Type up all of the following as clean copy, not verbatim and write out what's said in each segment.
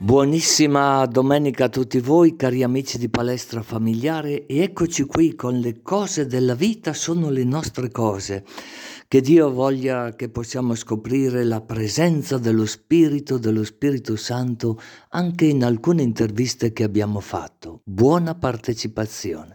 Buonissima domenica a tutti voi, cari amici di Palestra Familiare, e eccoci qui con le cose della vita sono le nostre cose. Che Dio voglia che possiamo scoprire la presenza dello Spirito Santo anche in alcune interviste che abbiamo fatto. Buona partecipazione.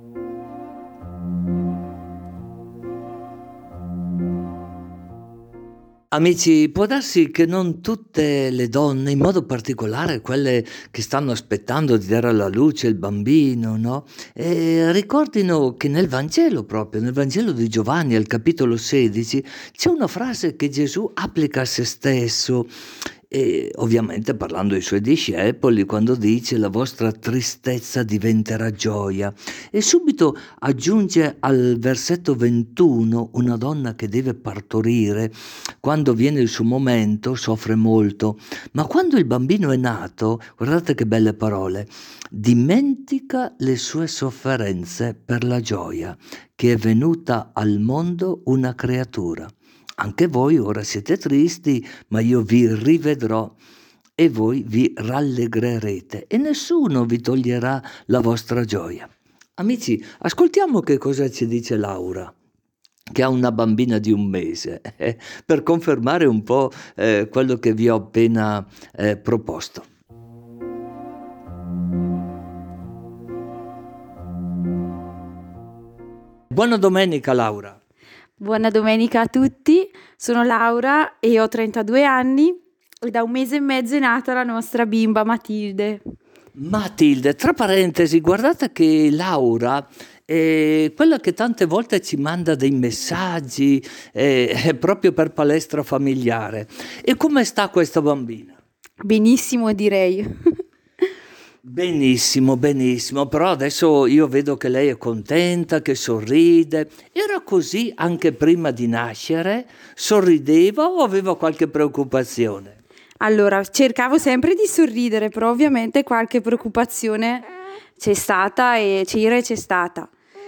Amici, può darsi che non tutte le donne, in modo particolare quelle che stanno aspettando di dare alla luce il bambino, no? Ricordino che nel Vangelo proprio, nel Vangelo di Giovanni, al capitolo 16, c'è una frase che Gesù applica a se stesso, e ovviamente parlando ai suoi discepoli, quando dice la vostra tristezza diventerà gioia. E subito aggiunge al versetto 21, una donna che deve partorire, quando viene il suo momento soffre molto, ma quando il bambino è nato, guardate che belle parole, dimentica le sue sofferenze per la gioia che è venuta al mondo una creatura. Anche voi ora siete tristi, ma io vi rivedrò e voi vi rallegrerete e nessuno vi toglierà la vostra gioia. Amici, ascoltiamo che cosa ci dice Laura, che ha una bambina di 1 mese, per confermare un po' quello che vi ho appena proposto. Buona domenica, Laura. Buona domenica a tutti, sono Laura e ho 32 anni e da 1 mese e mezzo è nata la nostra bimba Matilde. Matilde, tra parentesi, guardate che Laura è quella che tante volte ci manda dei messaggi proprio per Palestra Familiare. E come sta questa bambina? Benissimo direi. Benissimo, benissimo, però adesso io vedo che lei è contenta, che sorride. Era così anche prima di nascere? Sorrideva o aveva qualche preoccupazione? Allora, cercavo sempre di sorridere, però ovviamente qualche preoccupazione c'è stata e c'è stata.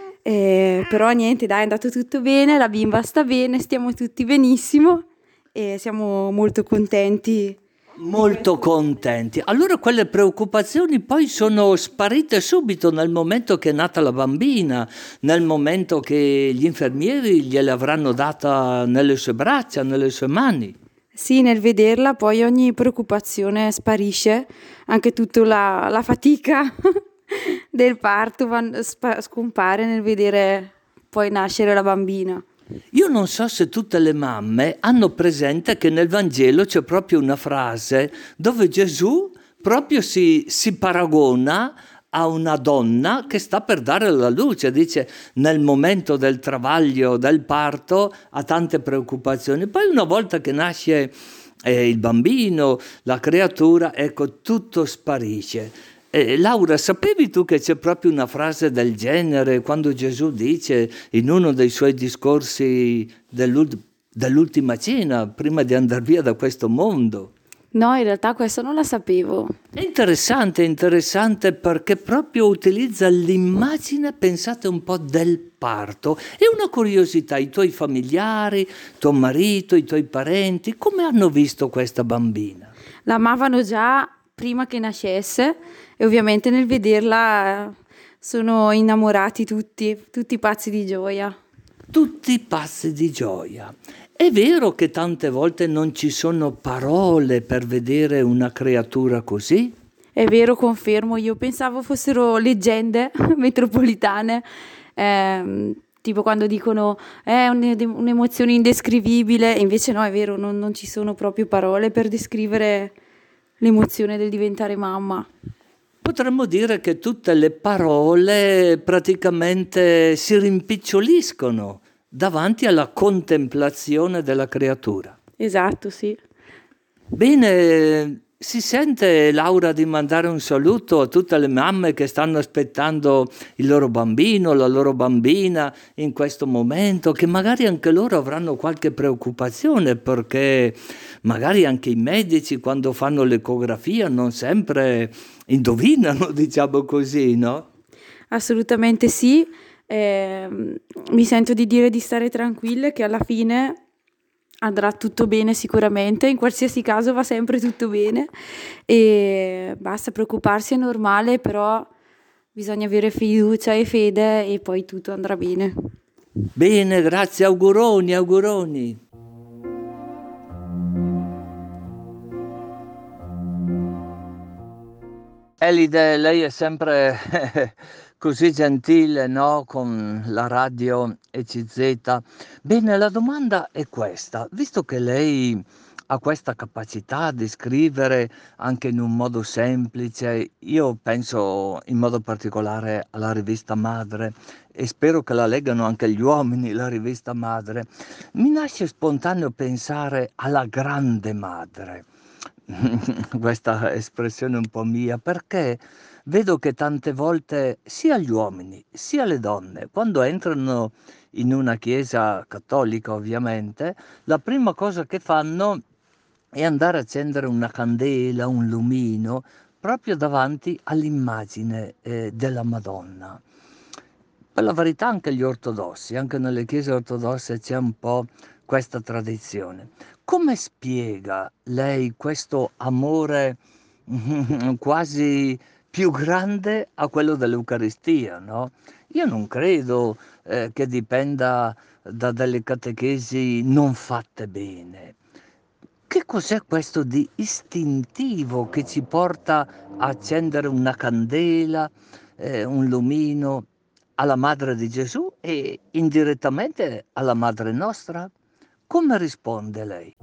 Però niente, dai, è andato tutto bene, la bimba sta bene, stiamo tutti benissimo e siamo molto contenti. Molto contenti. Allora quelle preoccupazioni poi sono sparite subito nel momento che è nata la bambina, nel momento che gli infermieri gliele avranno data nelle sue braccia, nelle sue mani. Sì, nel vederla poi ogni preoccupazione sparisce, anche tutta la fatica del parto scompare nel vedere poi nascere la bambina. Io non so se tutte le mamme hanno presente che nel Vangelo c'è proprio una frase dove Gesù proprio si paragona a una donna che sta per dare la luce, dice nel momento del travaglio, del parto, ha tante preoccupazioni. Poi una volta che nasce il bambino, la creatura, ecco, tutto sparisce. Laura, sapevi tu che c'è proprio una frase del genere quando Gesù dice in uno dei suoi discorsi dell'ultima cena, prima di andare via da questo mondo? No, in realtà questo non la sapevo. È interessante perché proprio utilizza l'immagine, pensate un po', del parto. E una curiosità, i tuoi familiari, tuo marito, i tuoi parenti, come hanno visto questa bambina? La amavano già prima che nascesse e ovviamente nel vederla sono innamorati tutti pazzi di gioia. Tutti pazzi di gioia. È vero che tante volte non ci sono parole per vedere una creatura così? È vero, confermo, io pensavo fossero leggende metropolitane, tipo quando dicono è un'emozione indescrivibile, e invece no, è vero, non ci sono proprio parole per descrivere l'emozione del diventare mamma. Potremmo dire che tutte le parole praticamente si rimpiccioliscono davanti alla contemplazione della creatura. Esatto, sì. Bene, si sente, Laura, di mandare un saluto a tutte le mamme che stanno aspettando il loro bambino, la loro bambina in questo momento, che magari anche loro avranno qualche preoccupazione perché magari anche i medici quando fanno l'ecografia non sempre indovinano, diciamo così, no? Assolutamente sì. Mi sento di dire di stare tranquille che alla fine andrà tutto bene sicuramente, in qualsiasi caso va sempre tutto bene e basta preoccuparsi, è normale, però bisogna avere fiducia e fede e poi tutto andrà bene. Bene, grazie, auguroni, auguroni. Elide, lei è sempre così gentile, no? Con la radio ECZ. Bene, la domanda è questa: visto che lei ha questa capacità di scrivere anche in un modo semplice, io penso in modo particolare alla rivista Madre e spero che la leggano anche gli uomini, la rivista Madre, mi nasce spontaneo pensare alla grande madre. Questa espressione un po' mia, perché vedo che tante volte sia gli uomini sia le donne, quando entrano in una chiesa cattolica ovviamente, la prima cosa che fanno è andare a accendere una candela, un lumino, proprio davanti all'immagine della Madonna. Per la verità anche gli ortodossi, anche nelle chiese ortodosse c'è un po' questa tradizione. Come spiega lei questo amore quasi più grande a quello dell'Eucaristia, no? Io non credo che dipenda da delle catechesi non fatte bene. Che cos'è questo di istintivo che ci porta a accendere una candela, un lumino alla Madre di Gesù e indirettamente alla Madre nostra? Come risponde lei?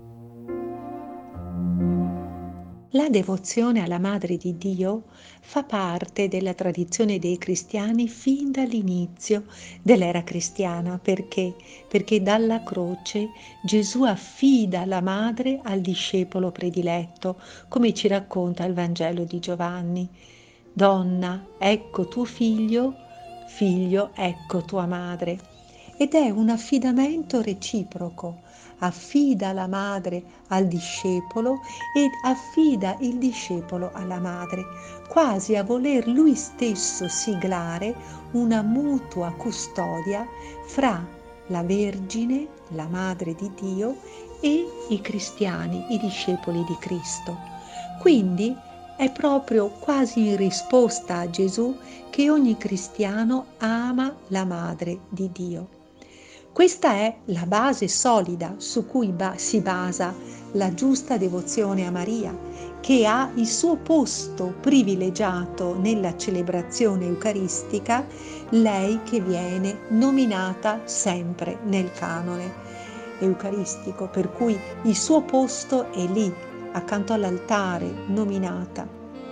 La devozione alla Madre di Dio fa parte della tradizione dei cristiani fin dall'inizio dell'era cristiana. Perché? Perché dalla croce Gesù affida la madre al discepolo prediletto, come ci racconta il Vangelo di Giovanni. Donna, ecco tuo figlio, figlio, ecco tua madre. Ed è un affidamento reciproco. Affida la madre al discepolo ed affida il discepolo alla madre, quasi a voler lui stesso siglare una mutua custodia fra la Vergine, la Madre di Dio, e i cristiani, i discepoli di Cristo. Quindi è proprio quasi in risposta a Gesù che ogni cristiano ama la Madre di Dio. Questa è la base solida su cui si basa la giusta devozione a Maria, che ha il suo posto privilegiato nella celebrazione eucaristica, lei che viene nominata sempre nel canone eucaristico, per cui il suo posto è lì, accanto all'altare, nominata.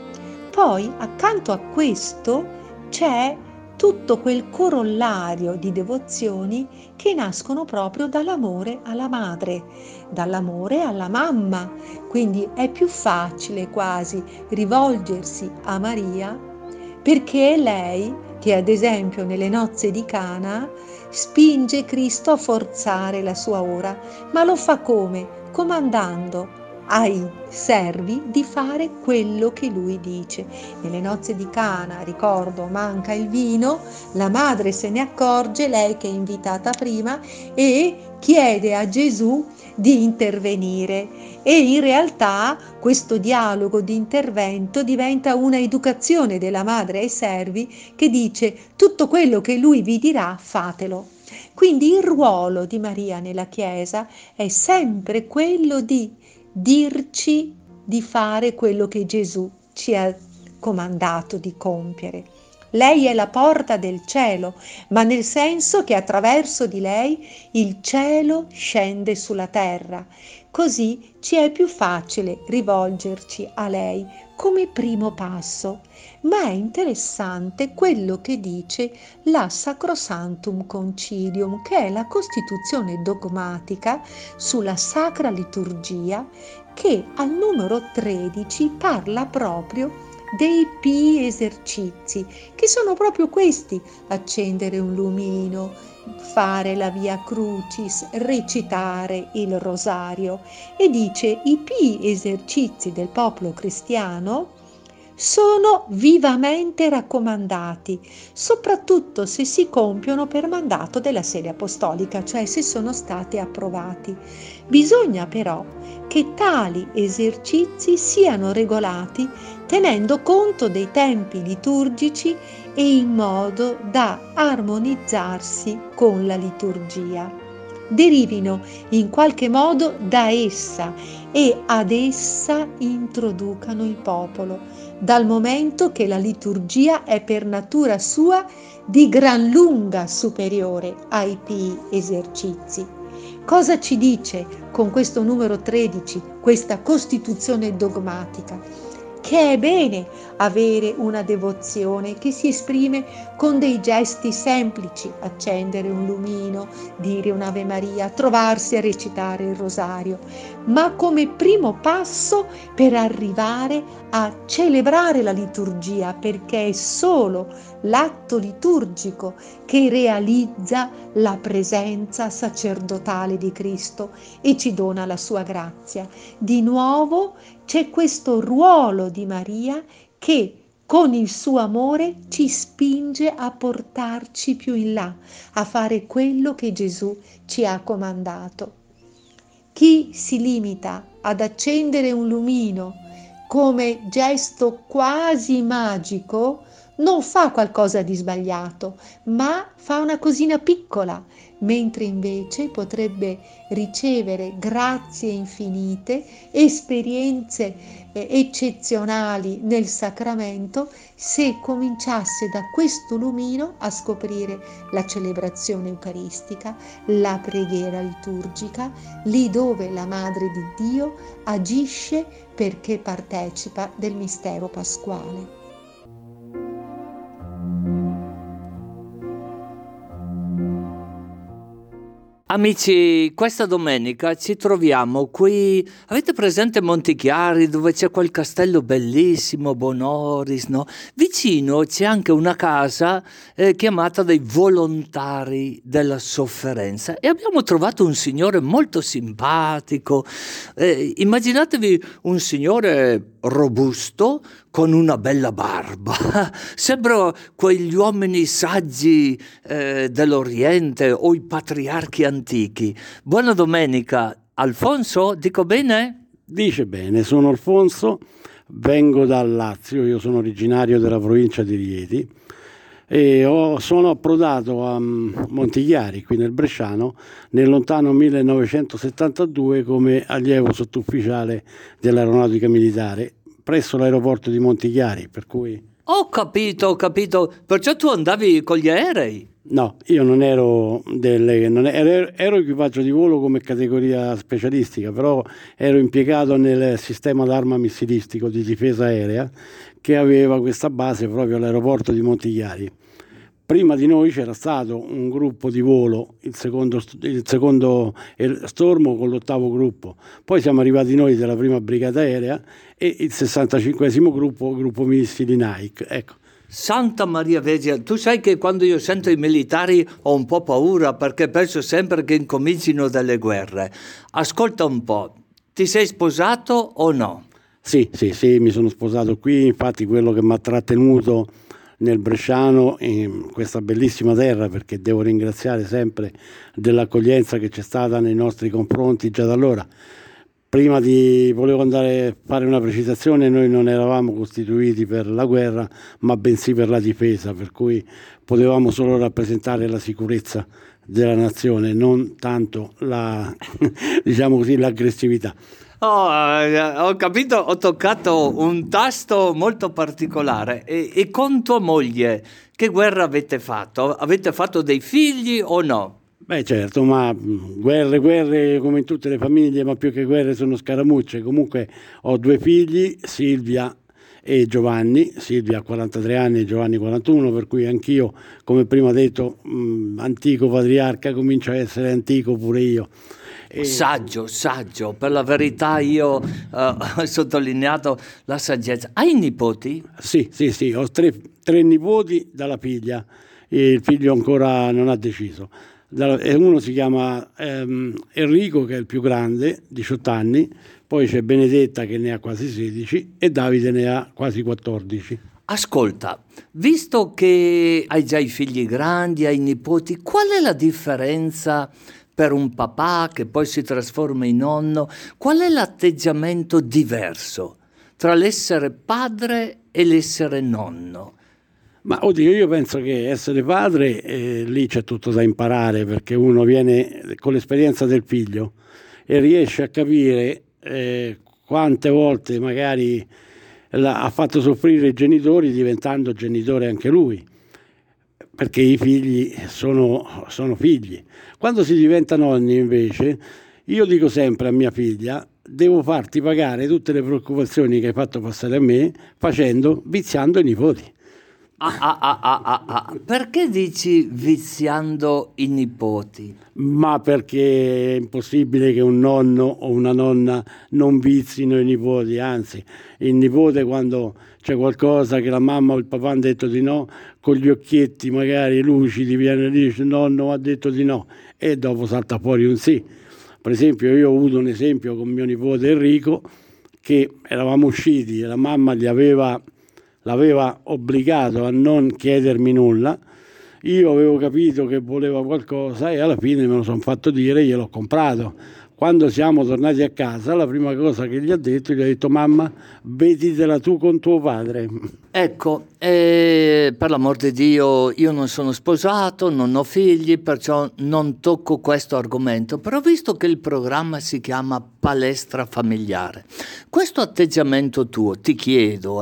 Poi, accanto a questo, c'è tutto quel corollario di devozioni che nascono proprio dall'amore alla madre, dall'amore alla mamma. Quindi è più facile quasi rivolgersi a Maria perché è lei che, ad esempio, nelle nozze di Cana spinge Cristo a forzare la sua ora, ma lo fa come? Comandando ai servi di fare quello che lui dice. Nelle nozze di Cana, ricordo, manca il vino, la madre se ne accorge, lei che è invitata prima, e chiede a Gesù di intervenire. E in realtà questo dialogo di intervento diventa una educazione della madre ai servi che dice: tutto quello che lui vi dirà, fatelo. Quindi il ruolo di Maria nella Chiesa è sempre quello di dirci di fare quello che Gesù ci ha comandato di compiere. Lei è la porta del cielo, ma nel senso che attraverso di lei il cielo scende sulla terra. Così ci è più facile rivolgerci a lei come primo passo. Ma è interessante quello che dice la Sacrosanctum Concilium, che è la Costituzione dogmatica sulla Sacra Liturgia, che al numero 13 parla proprio dei pii esercizi, che sono proprio questi: accendere un lumino, fare la Via Crucis, recitare il rosario, e dice: i pii esercizi del popolo cristiano sono vivamente raccomandati, soprattutto se si compiono per mandato della sede apostolica, cioè se sono stati approvati. Bisogna però che tali esercizi siano regolati tenendo conto dei tempi liturgici e in modo da armonizzarsi con la liturgia. Derivino in qualche modo da essa e ad essa introducano il popolo, dal momento che la liturgia è per natura sua di gran lunga superiore ai pii esercizi. Cosa ci dice con questo numero 13, questa costituzione dogmatica? Che è bene avere una devozione che si esprime con dei gesti semplici, accendere un lumino, dire un'Ave Maria, trovarsi a recitare il rosario, ma come primo passo per arrivare a celebrare la liturgia, perché è solo l'atto liturgico che realizza la presenza sacerdotale di Cristo e ci dona la sua grazia. Di nuovo c'è questo ruolo di Maria che con il suo amore ci spinge a portarci più in là, a fare quello che Gesù ci ha comandato. Chi si limita ad accendere un lumino come gesto quasi magico non fa qualcosa di sbagliato, ma fa una cosina piccola, mentre invece potrebbe ricevere grazie infinite, esperienze eccezionali nel sacramento se cominciasse da questo lumino a scoprire la celebrazione eucaristica, la preghiera liturgica, lì dove la Madre di Dio agisce perché partecipa del mistero pasquale. Amici, questa domenica ci troviamo qui, avete presente Montichiari dove c'è quel castello bellissimo, Bonoris, no? Vicino c'è anche una casa chiamata dei volontari della sofferenza e abbiamo trovato un signore molto simpatico, immaginatevi un signore robusto con una bella barba, sembra quegli uomini saggi dell'Oriente o i patriarchi antichi. Buona domenica, Alfonso, dico bene? Dice bene, sono Alfonso, vengo dal Lazio, io sono originario della provincia di Rieti e sono approdato a Montichiari, qui nel Bresciano, nel lontano 1972 come allievo sottufficiale dell'aeronautica militare presso l'aeroporto di Montichiari, per cui... Ho capito, perciò tu andavi con gli aerei? No, io non ero ero equipaggio di volo come categoria specialistica, però ero impiegato nel sistema d'arma missilistico di difesa aerea che aveva questa base proprio all'aeroporto di Montichiari. Prima di noi c'era stato un gruppo di volo, il secondo stormo con l'8° gruppo, poi siamo arrivati noi della prima brigata aerea e il 65° gruppo missili Nike, ecco. Santa Maria Vergine, tu sai che quando io sento i militari ho un po' paura perché penso sempre che incomincino delle guerre. Ascolta un po', ti sei sposato o no? Sì, mi sono sposato qui, infatti quello che mi ha trattenuto nel Bresciano, in questa bellissima terra, perché devo ringraziare sempre dell'accoglienza che c'è stata nei nostri confronti già da allora. Volevo andare a fare una precisazione, noi non eravamo costituiti per la guerra, ma bensì per la difesa, per cui potevamo solo rappresentare la sicurezza della nazione, non tanto diciamo così, l'aggressività. Ho capito, ho toccato un tasto molto particolare. E con tua moglie, che guerra avete fatto? Avete fatto dei figli o no? Beh certo, ma guerre come in tutte le famiglie, ma più che guerre sono scaramucce. Comunque ho 2 figli, Silvia e Giovanni. Silvia ha 43 anni e Giovanni 41, per cui anch'io, come prima detto, antico patriarca, comincio a essere antico pure io. Saggio, per la verità io ho sottolineato la saggezza. Hai nipoti? Sì, ho tre nipoti dalla figlia, e il figlio ancora non ha deciso. Uno si chiama Enrico, che è il più grande, 18 anni, poi c'è Benedetta che ne ha quasi 16 e Davide ne ha quasi 14. Ascolta, visto che hai già i figli grandi, hai i nipoti, qual è la differenza per un papà che poi si trasforma in nonno? Qual è l'atteggiamento diverso tra l'essere padre e l'essere nonno? Ma oddio, io penso che essere padre, lì c'è tutto da imparare, perché uno viene con l'esperienza del figlio e riesce a capire quante volte magari ha fatto soffrire i genitori diventando genitore anche lui, perché i figli sono figli. Quando si diventa nonni invece, io dico sempre a mia figlia: devo farti pagare tutte le preoccupazioni che hai fatto passare a me viziando i nipoti. Perché dici viziando i nipoti? Ma perché è impossibile che un nonno o una nonna non vizino i nipoti, anzi, il nipote quando c'è qualcosa che la mamma o il papà hanno detto di no, con gli occhietti magari lucidi viene e dice: nonno ha detto di no, e dopo salta fuori un sì. Per esempio, io ho avuto un esempio con mio nipote Enrico, che eravamo usciti e la mamma l'aveva obbligato a non chiedermi nulla. Io avevo capito che voleva qualcosa e alla fine me lo sono fatto dire e gliel'ho comprato. Quando siamo tornati a casa, la prima cosa che gli ho detto: mamma, veditela tu con tuo padre. Ecco, per l'amor di Dio, io non sono sposato, non ho figli, perciò non tocco questo argomento, però visto che il programma si chiama Palestra Familiare, questo atteggiamento tuo, ti chiedo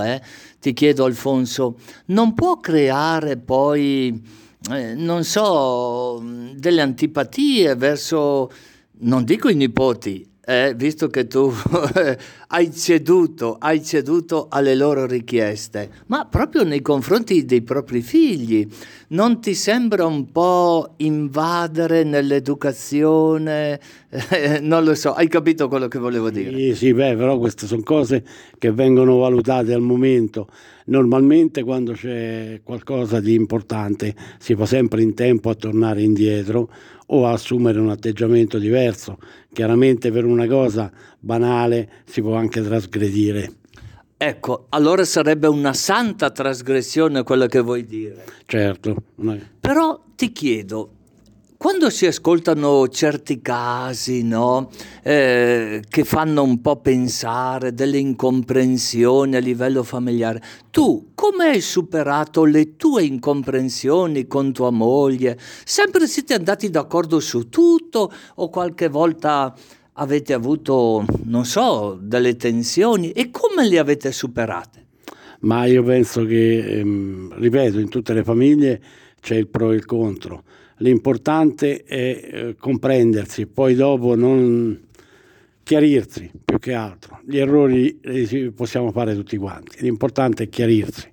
Alfonso, non può creare poi, non so, delle antipatie verso, non dico i nipoti, visto che tu hai ceduto alle loro richieste, ma proprio nei confronti dei propri figli. Non ti sembra un po' invadere nell'educazione? Non lo so, hai capito quello che volevo dire? Sì, però queste sono cose che vengono valutate al momento. Normalmente quando c'è qualcosa di importante si fa sempre in tempo a tornare indietro o a assumere un atteggiamento diverso. Chiaramente per una cosa banale si può anche trasgredire. Ecco, allora sarebbe una santa trasgressione quello che vuoi dire. Certo. Però ti chiedo, quando si ascoltano certi casi, no, che fanno un po' pensare delle incomprensioni a livello familiare, tu come hai superato le tue incomprensioni con tua moglie? Sempre siete andati d'accordo su tutto o qualche volta avete avuto, non so, delle tensioni e come le avete superate? Ma io penso che, ripeto, in tutte le famiglie c'è il pro e il contro. L'importante è comprendersi, poi dopo non chiarirsi più che altro. Gli errori li possiamo fare tutti quanti, l'importante è chiarirsi.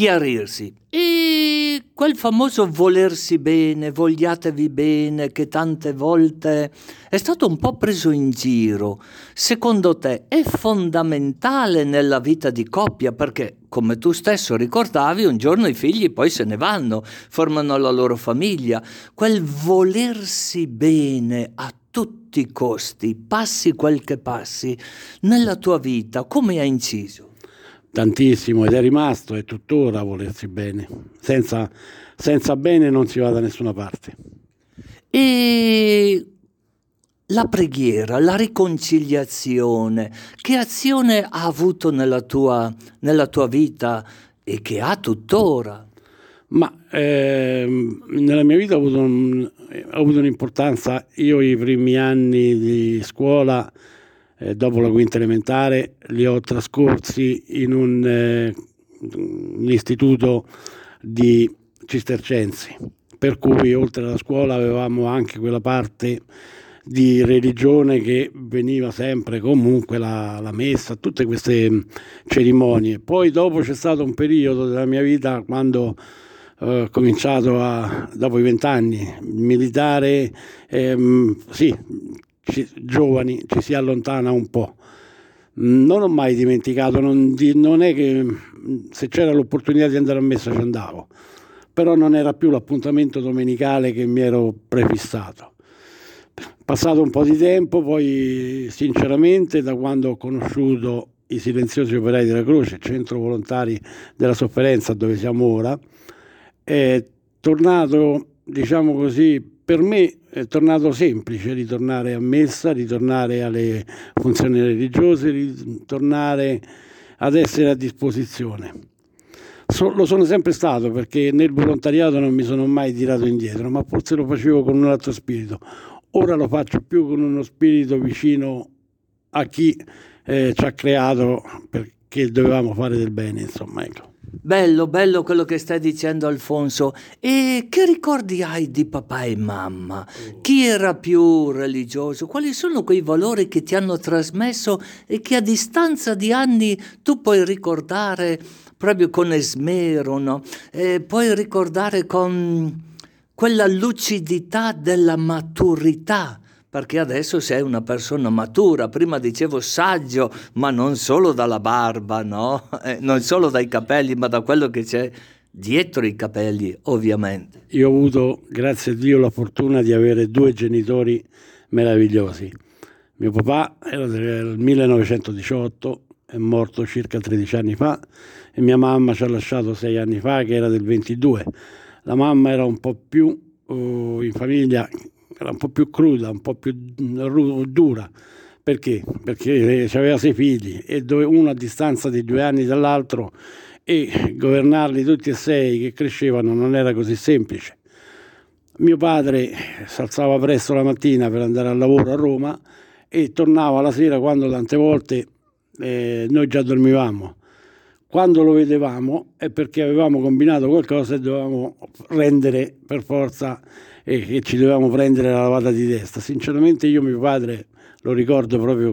E quel famoso volersi bene, vogliatevi bene, che tante volte è stato un po' preso in giro, secondo te è fondamentale nella vita di coppia? Perché, come tu stesso ricordavi, un giorno i figli poi se ne vanno, formano la loro famiglia. Quel volersi bene a tutti i costi, passi quel che passi, nella tua vita, come ha inciso? Tantissimo, ed è rimasto, è tuttora volersi bene. Senza bene non si va da nessuna parte. E la preghiera, la riconciliazione, che azione ha avuto nella tua vita e che ha tuttora? Ma nella mia vita ha avuto un'importanza. Io i primi anni di scuola, dopo la quinta elementare, li ho trascorsi in un istituto di cistercensi, per cui oltre alla scuola avevamo anche quella parte di religione che veniva sempre comunque la messa, tutte queste cerimonie. Poi dopo c'è stato un periodo della mia vita quando ho cominciato dopo i 20 anni, militare, giovani, ci si allontana un po'. Non ho mai dimenticato, non è che se c'era l'opportunità di andare a messa ci andavo, però non era più l'appuntamento domenicale che mi ero prefissato. Passato un po' di tempo, poi sinceramente da quando ho conosciuto i Silenziosi Operai della Croce, centro volontari della sofferenza dove siamo ora, è tornato, diciamo così, per me è tornato semplice ritornare a messa, ritornare alle funzioni religiose, ritornare ad essere a disposizione. Lo sono sempre stato, perché nel volontariato non mi sono mai tirato indietro, ma forse lo facevo con un altro spirito. Ora lo faccio più con uno spirito vicino a chi ci ha creato, perché dovevamo fare del bene, insomma, ecco. Bello, bello quello che stai dicendo, Alfonso. E che ricordi hai di papà e mamma? Chi era più religioso? Quali sono quei valori che ti hanno trasmesso e che a distanza di anni tu puoi ricordare proprio con esmero, no? Puoi ricordare con quella lucidità della maturità, perché adesso sei una persona matura. Prima dicevo saggio, ma non solo dalla barba, no? Non solo dai capelli, ma da quello che c'è dietro i capelli, ovviamente. Io ho avuto, grazie a Dio, la fortuna di avere 2 genitori meravigliosi. Mio papà era del 1918, è morto circa 13 anni fa, e mia mamma ci ha lasciato 6 anni fa, che era del 22. La mamma era un po' più, in famiglia, era un po' più cruda, un po' più dura. Perché? Perché aveva 6 figli e uno a distanza di 2 anni dall'altro, e governarli tutti e 6 che crescevano non era così semplice. Mio padre si alzava presto la mattina per andare al lavoro a Roma e tornava la sera, quando tante volte noi già dormivamo. Quando lo vedevamo è perché avevamo combinato qualcosa e dovevamo rendere per forza, e che ci dovevamo prendere la lavata di testa. Sinceramente io mio padre lo ricordo proprio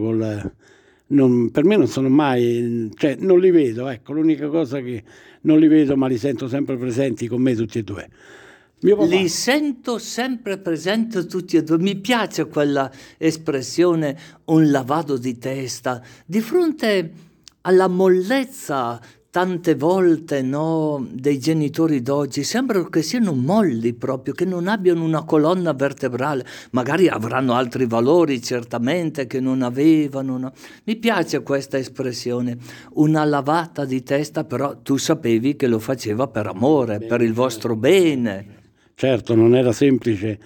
per me non sono mai, cioè non li vedo, ecco, l'unica cosa che non li vedo, ma li sento sempre presenti con me tutti e 2. Mio papà. Li sento sempre presenti tutti e 2. Mi piace quella espressione, un lavado di testa, di fronte alla mollezza tante volte, no, dei genitori d'oggi. Sembra che siano molli proprio, che non abbiano una colonna vertebrale. Magari avranno altri valori, certamente, che non avevano, no? Mi piace questa espressione, una lavata di testa, però tu sapevi che lo faceva per amore, per il vostro bene. Certo, non era semplice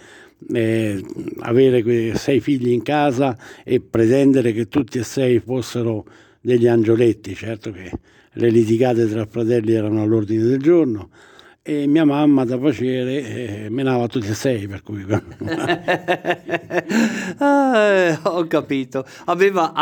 avere quei 6 figli in casa e pretendere che tutti e 6 fossero degli angioletti. Certo che le litigate tra fratelli erano all'ordine del giorno, e mia mamma da piacere menava tutti e 6, per cui ho capito, aveva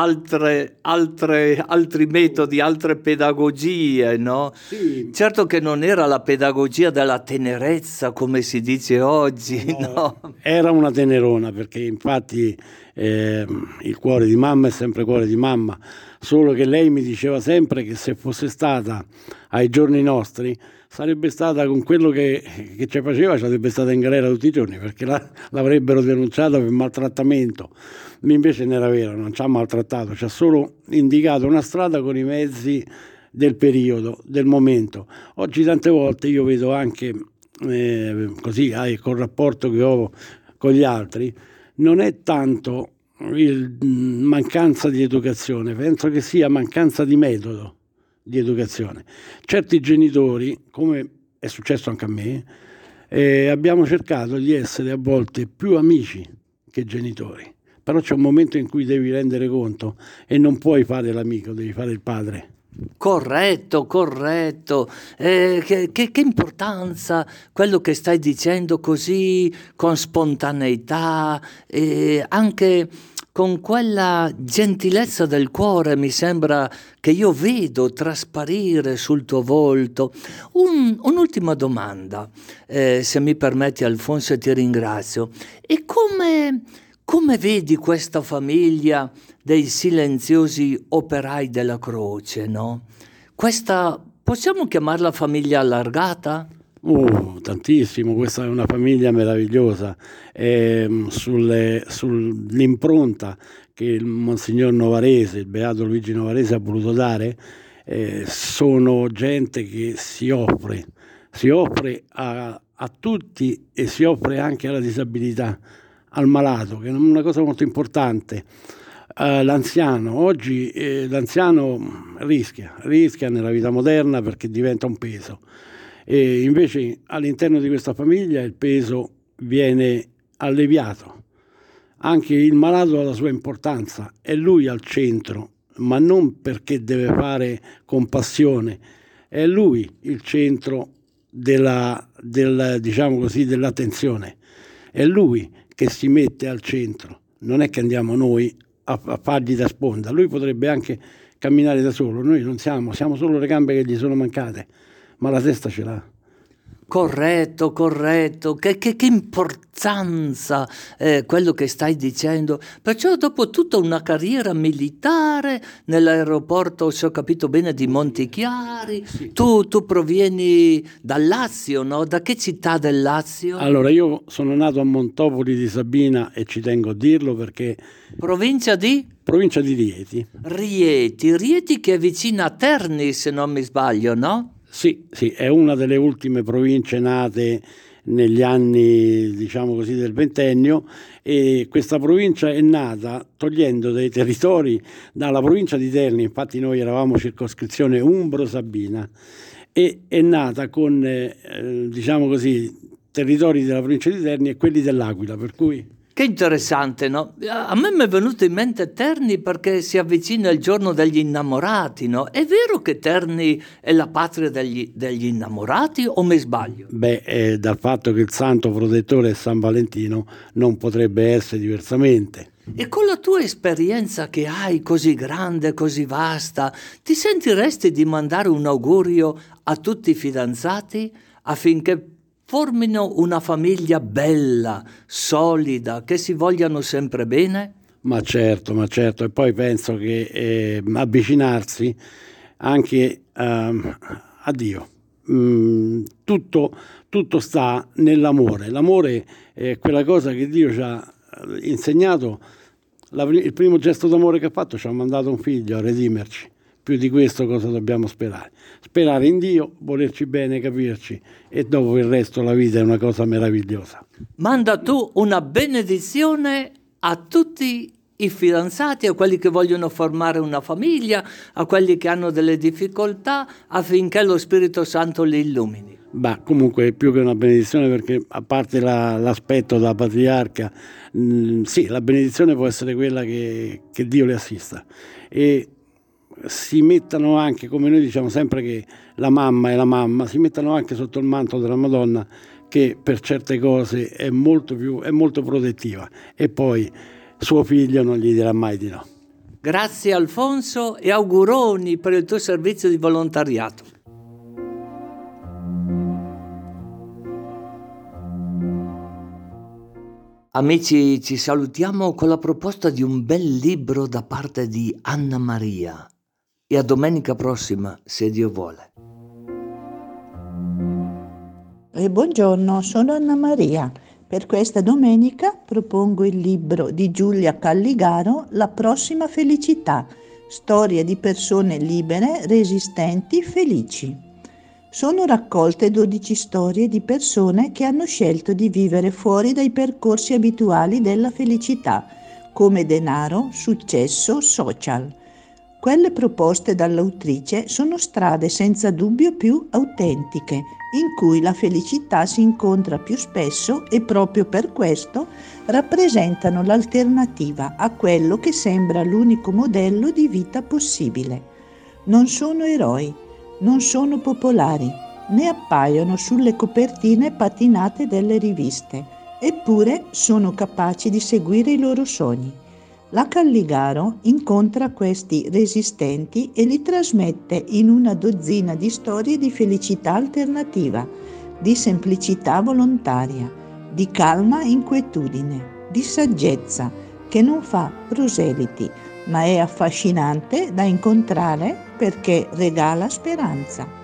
altri metodi, altre pedagogie, no? Sì. Certo che non era la pedagogia della tenerezza come si dice oggi, no? Era una tenerona, perché infatti il cuore di mamma è sempre cuore di mamma, solo che lei mi diceva sempre che se fosse stata ai giorni nostri sarebbe stata, con quello che ci faceva, sarebbe stata in galera tutti i giorni, perché l'avrebbero denunciata per maltrattamento. Invece non era vero, non ci ha maltrattato, ci ha solo indicato una strada con i mezzi del periodo, del momento. Oggi tante volte io vedo anche così, col rapporto che ho con gli altri, non è tanto mancanza di educazione, penso che sia mancanza di metodo di educazione. Certi genitori, come è successo anche a me, abbiamo cercato di essere a volte più amici che genitori, però c'è un momento in cui devi rendere conto e non puoi fare l'amico, devi fare il padre. Corretto. Che importanza quello che stai dicendo, così con spontaneità e anche con quella gentilezza del cuore. Mi sembra che io vedo trasparire sul tuo volto. Un'ultima domanda, se mi permetti, Alfonso, e ti ringrazio. E come vedi questa famiglia dei silenziosi operai della croce, no? Questa, possiamo chiamarla famiglia allargata? Tantissimo, questa è una famiglia meravigliosa. Sull'impronta che il Monsignor Novarese, il Beato Luigi Novarese, ha voluto dare, sono gente che si offre a tutti, e si offre anche alla disabilità, al malato, che è una cosa molto importante. L'anziano, oggi l'anziano rischia nella vita moderna perché diventa un peso, e invece all'interno di questa famiglia il peso viene alleviato. Anche il malato ha la sua importanza, è lui al centro, ma non perché deve fare compassione, è lui il centro diciamo così, dell'attenzione, è lui che si mette al centro, non è che andiamo noi a fargli da sponda. Lui potrebbe anche camminare da solo, noi non siamo solo le gambe che gli sono mancate, ma la testa ce l'ha. Corretto, che importanza quello che stai dicendo. Perciò dopo tutta una carriera militare nell'aeroporto, se ho capito bene, di Montichiari, Sì. tu provieni dal Lazio, no? Da che città del Lazio? Allora, io sono nato a Montopoli di Sabina e ci tengo a dirlo perché Provincia di? provincia di Rieti. Rieti che è vicina a Terni, se non mi sbaglio, no? Sì, è una delle ultime province nate negli anni, diciamo così, del ventennio, e questa provincia è nata togliendo dei territori dalla provincia di Terni. Infatti noi eravamo circoscrizione Umbro-Sabina, e è nata con, diciamo così, territori della provincia di Terni e quelli dell'Aquila, per cui... Che interessante, no? A me mi è venuto in mente Terni perché si avvicina il giorno degli innamorati, no? È vero che Terni è la patria degli innamorati o mi sbaglio? Beh, dal fatto che il santo protettore è San Valentino non potrebbe essere diversamente. E con la tua esperienza che hai così grande, così vasta, ti sentiresti di mandare un augurio a tutti i fidanzati affinché formino una famiglia bella, solida, che si vogliano sempre bene? Ma certo, e poi penso che avvicinarsi anche a Dio. Tutto sta nell'amore. L'amore è quella cosa che Dio ci ha insegnato. Il primo gesto d'amore che ha fatto, ci ha mandato un figlio a redimerci. Più di questo cosa dobbiamo sperare? Sperare in Dio, volerci bene, capirci, e dopo il resto la vita è una cosa meravigliosa. Manda tu una benedizione a tutti i fidanzati, a quelli che vogliono formare una famiglia, a quelli che hanno delle difficoltà, affinché lo Spirito Santo li illumini. Beh, comunque è più che una benedizione, perché a parte l'aspetto da patriarca, sì, la benedizione può essere quella che Dio le assista, e si mettano anche, come noi diciamo sempre che la mamma è la mamma, si mettano anche sotto il manto della Madonna, che per certe cose è molto protettiva, e poi suo figlio non gli dirà mai di no. Grazie Alfonso e auguroni per il tuo servizio di volontariato. Amici, ci salutiamo con la proposta di un bel libro da parte di Anna Maria. E a domenica prossima, se Dio vuole. Buongiorno, sono Anna Maria. Per questa domenica propongo il libro di Giulia Calligaro, La prossima felicità, storie di persone libere, resistenti, felici. Sono raccolte 12 storie di persone che hanno scelto di vivere fuori dai percorsi abituali della felicità, come denaro, successo, social. Quelle proposte dall'autrice sono strade senza dubbio più autentiche, in cui la felicità si incontra più spesso e proprio per questo rappresentano l'alternativa a quello che sembra l'unico modello di vita possibile. Non sono eroi, non sono popolari, né appaiono sulle copertine patinate delle riviste, eppure sono capaci di seguire i loro sogni. La Calligaro incontra questi resistenti e li trasmette in una dozzina di storie di felicità alternativa, di semplicità volontaria, di calma inquietudine, di saggezza che non fa proseliti, ma è affascinante da incontrare perché regala speranza.